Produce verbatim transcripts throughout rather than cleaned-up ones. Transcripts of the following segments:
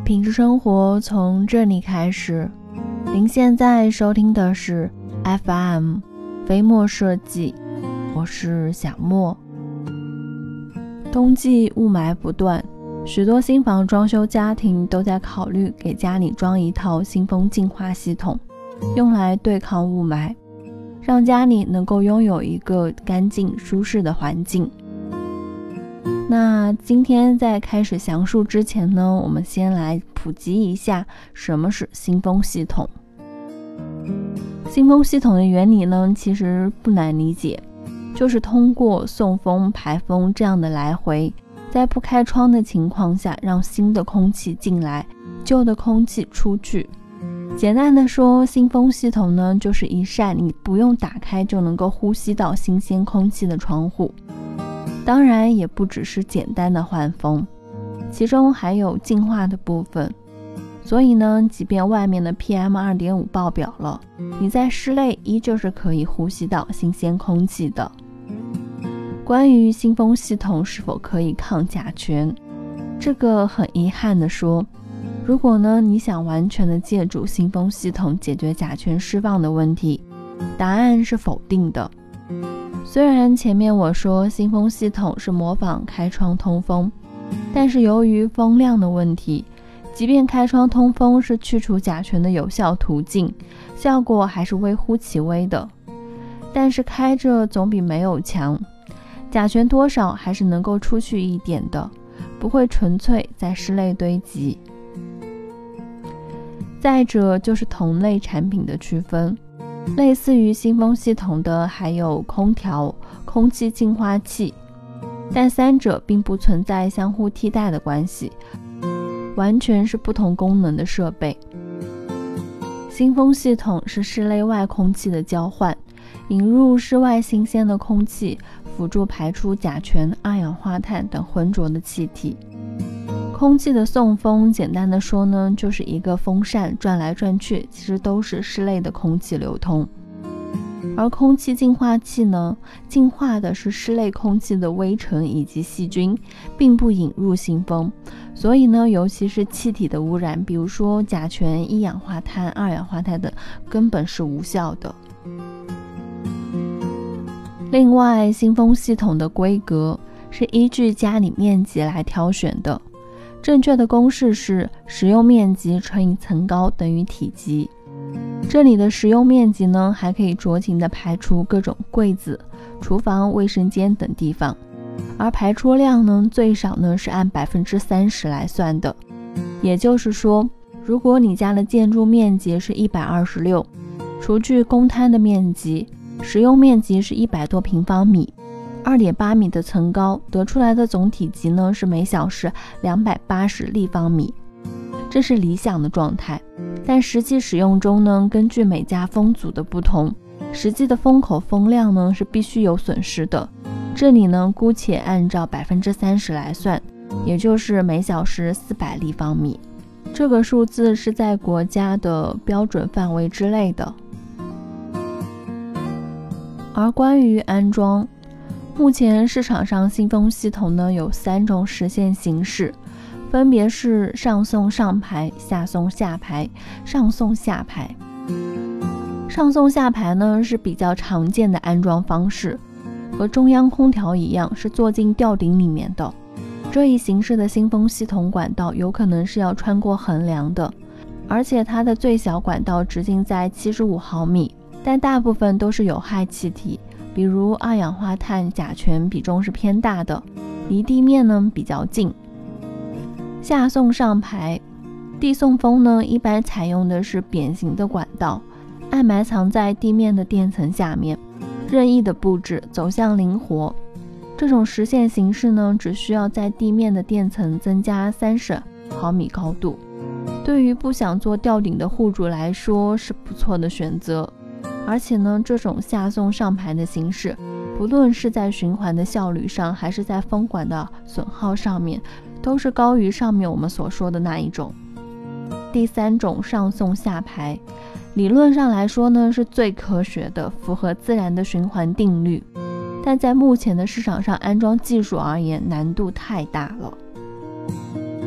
品质生活从这里开始。您现在收听的是 F M 飞墨设计，我是小莫。冬季雾霾不断，许多新房装修家庭都在考虑给家里装一套新风净化系统，用来对抗雾霾，让家里能够拥有一个干净舒适的环境。那今天在开始详述之前呢，我们先来普及一下什么是新风系统。新风系统的原理呢，其实不难理解，就是通过送风、排风这样的来回，在不开窗的情况下，让新的空气进来，旧的空气出去。简单的说，新风系统呢，就是一扇你不用打开就能够呼吸到新鲜空气的窗户。当然也不只是简单的换风，其中还有净化的部分。所以呢，即便外面的 P M 二点五 爆表了，你在室内依旧是可以呼吸到新鲜空气的。关于新风系统是否可以抗甲醛，这个很遗憾的说，如果呢你想完全的借助新风系统解决甲醛释放的问题，答案是否定的。虽然前面我说新风系统是模仿开窗通风，但是由于风量的问题，即便开窗通风是去除甲醛的有效途径，效果还是微乎其微的。但是开着总比没有强，甲醛多少还是能够出去一点的，不会纯粹在室内堆积。再者就是同类产品的区分，类似于新风系统的还有空调、空气净化器，但三者并不存在相互替代的关系，完全是不同功能的设备。新风系统是室内外空气的交换，引入室外新鲜的空气，辅助排出甲醛、二氧化碳等浑浊的气体。空气的送风，简单的说呢，就是一个风扇转来转去，其实都是室内的空气流通。而空气净化器呢，净化的是室内空气的微尘以及细菌，并不引入新风。所以呢，尤其是气体的污染，比如说甲醛、一氧化碳、二氧化碳等，根本是无效的。另外，新风系统的规格是依据家里面积来挑选的。正确的公式是使用面积乘以层高等于体积。这里的使用面积呢，还可以酌情的排除各种柜子、厨房、卫生间等地方，而排出量呢，最少呢是按百分之三十来算的。也就是说，如果你家的建筑面积是一百二十六，除去公摊的面积，使用面积是一百多平方米。二点八米的层高，得出来的总体积呢是每小时两百八十立方米，这是理想的状态。但实际使用中呢，根据每家风阻的不同，实际的风口风量呢是必须有损失的。这里呢姑且按照百分之三十来算，也就是每小时四百立方米。这个数字是在国家的标准范围之内的。而关于安装，目前市场上新风系统呢有三种实现形式，分别是上送上排、下送下排、上送下排。上送下排呢是比较常见的安装方式，和中央空调一样是坐进吊顶里面的。这一形式的新风系统管道有可能是要穿过横梁的，而且它的最小管道直径在七十五毫米，但大部分都是有害气体，比如二氧化碳、甲醛比重是偏大的，离地面呢比较近。下送上排，地送风呢一般采用的是扁形的管道，暗埋藏在地面的垫层下面，任意的布置，走向灵活。这种实现形式呢，只需要在地面的垫层增加三十毫米高度，对于不想做吊顶的户主来说是不错的选择。而且呢，这种下送上排的形式，不论是在循环的效率上，还是在风管的损耗上面，都是高于上面我们所说的那一种。第三种上送下排，理论上来说呢，是最科学的，符合自然的循环定律，但在目前的市场上安装技术而言，难度太大了。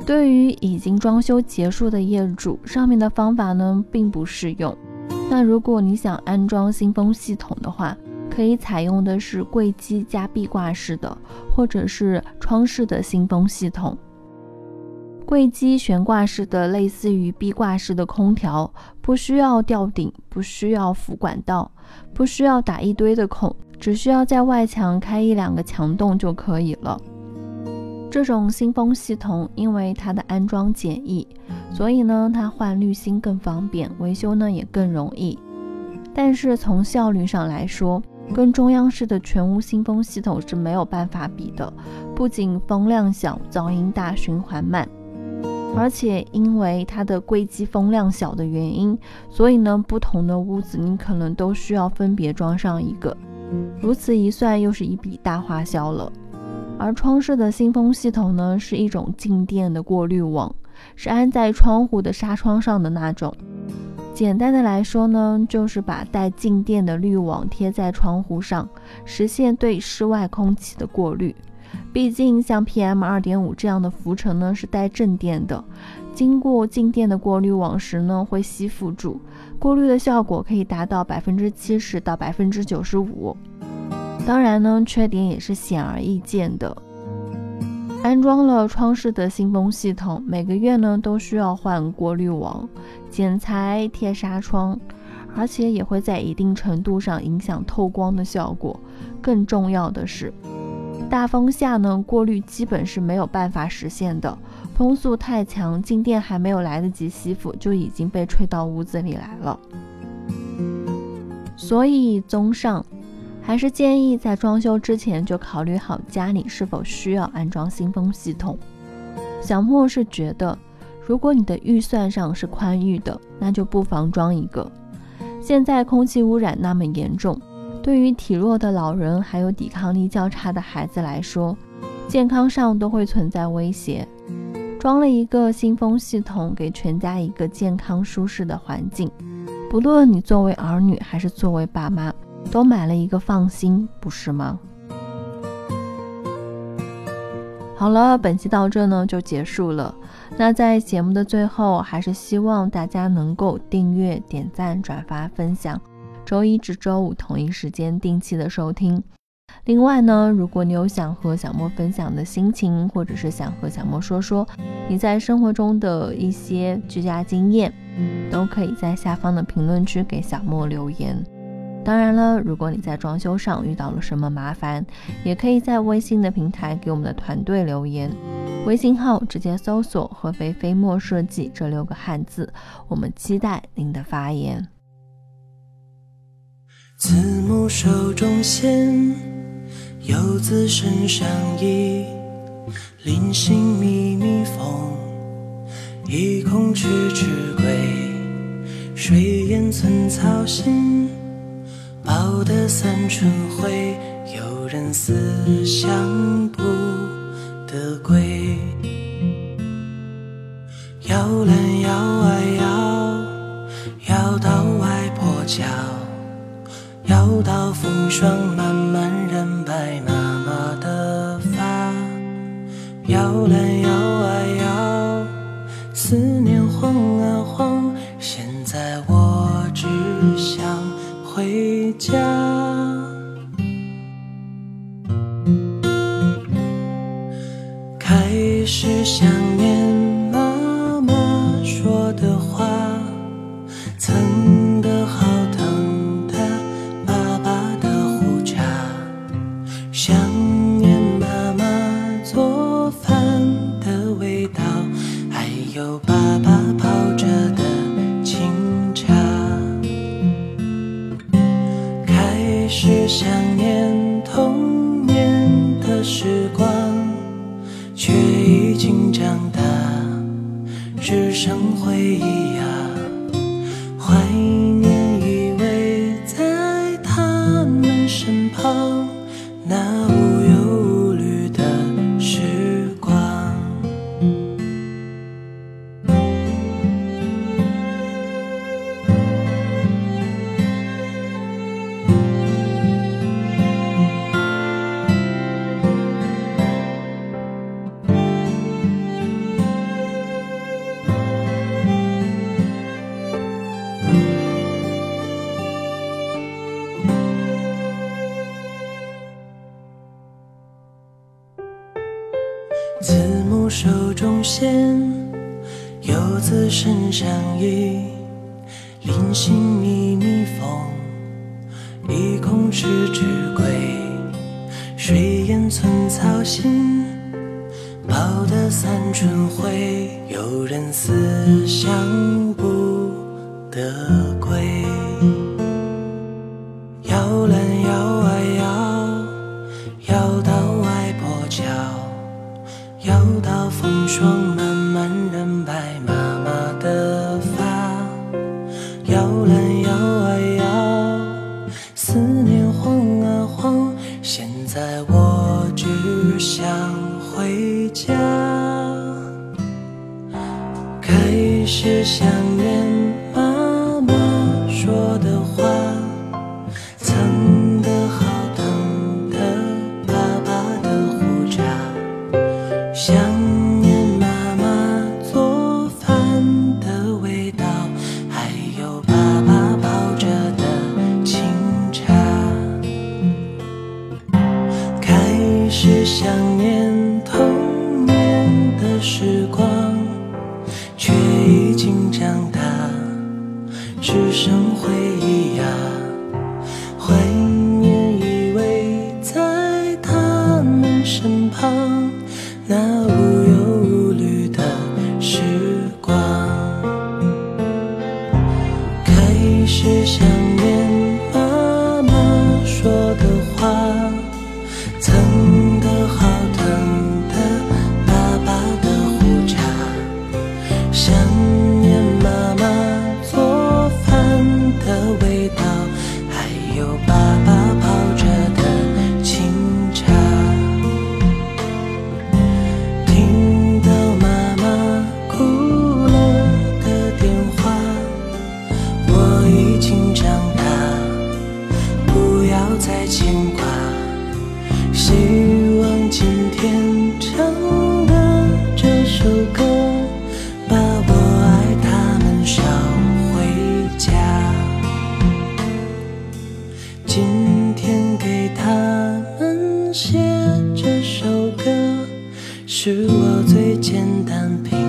对于已经装修结束的业主，上面的方法呢并不适用。那如果你想安装新风系统的话，可以采用的是柜机加壁挂式的，或者是窗式的新风系统。柜机悬挂式的类似于壁挂式的空调，不需要吊顶，不需要辅管道，不需要打一堆的孔，只需要在外墙开一两个墙洞就可以了。这种新风系统因为它的安装简易，所以呢它换滤芯更方便，维修呢也更容易。但是从效率上来说，跟中央式的全屋新风系统是没有办法比的，不仅风量小，噪音大，循环慢，而且因为它的柜机风量小的原因，所以呢不同的屋子你可能都需要分别装上一个，如此一算又是一笔大花销了。而窗式的新风系统呢，是一种静电的过滤网，是安在窗户的纱窗上的那种。简单的来说呢，就是把带静电的滤网贴在窗户上，实现对室外空气的过滤。毕竟像 P M 二点五 这样的浮尘呢是带正电的，经过静电的过滤网时呢会吸附住，过滤的效果可以达到 百分之七十 到 百分之九十五。当然呢，缺点也是显而易见的。安装了窗式的新风系统，每个月呢都需要换过滤网、剪裁、贴纱窗，而且也会在一定程度上影响透光的效果。更重要的是，大风下呢，过滤基本是没有办法实现的，风速太强，静电还没有来得及吸附，就已经被吹到屋子里来了。所以综上，还是建议在装修之前就考虑好家里是否需要安装新风系统。小莫是觉得，如果你的预算上是宽裕的，那就不妨装一个。现在空气污染那么严重，对于体弱的老人还有抵抗力较差的孩子来说，健康上都会存在威胁。装了一个新风系统，给全家一个健康舒适的环境，不论你作为儿女还是作为爸妈，都买了一个放心，不是吗？好了，本期到这呢就结束了。那在节目的最后，还是希望大家能够订阅、点赞、转发、分享，周一至周五同一时间定期的收听。另外呢，如果你有想和小莫分享的心情，或者是想和小莫说说你在生活中的一些居家经验，都可以在下方的评论区给小莫留言。当然了，如果你在装修上遇到了什么麻烦，也可以在微信的平台给我们的团队留言，微信号直接搜索合肥飞墨设计这六个汉字，我们期待您的发言。 子母手中线，游子身上衣，临行密密缝，一空迟迟归，水烟寸草心，报得三春晖，有人思乡不得归。摇篮摇啊摇，摇到外婆桥，摇到风霜漫漫染白妈妈的发。摇篮摇啊摇，思念晃啊晃，现在我只想回家。开始想念妈妈说的话，曾的好疼的爸爸的胡茬，想念妈妈做饭的味道，还有爸爸泡着的清茶。开始想念童年的时光，却已经长大，只剩回忆啊，怀念依偎在他们身旁，那无忧无虑的时光。 慈母手中线，游子身上衣。临行密密缝，一空迟迟归。水烟寸草心，报得三春晖。有人思乡不得归。摇篮摇啊摇，摇到外婆桥，摇到风霜漫漫染白妈妈的发。摇篮摇啊摇，思念晃啊晃，现在我只想回家。开始想念妈妈说的话，曾的好等的爸爸的胡茬，想念妈妈做饭的味道，还有爸爸抱着的清茶。开始想念童年的时光，却已经长大，只剩回忆啊。怀念依偎在他们身旁，那无忧无虑的时光。开始想念妈妈说的话，曾的好疼的爸爸的胡茬，想念妈妈做饭的味道，还有爸爸抱着的清茶。听到妈妈哭了的电话，我已经长大，不要再牵挂。希望今天唱的这首歌，把我爱他们捎回家。今天给他们写这首歌，是我最简单平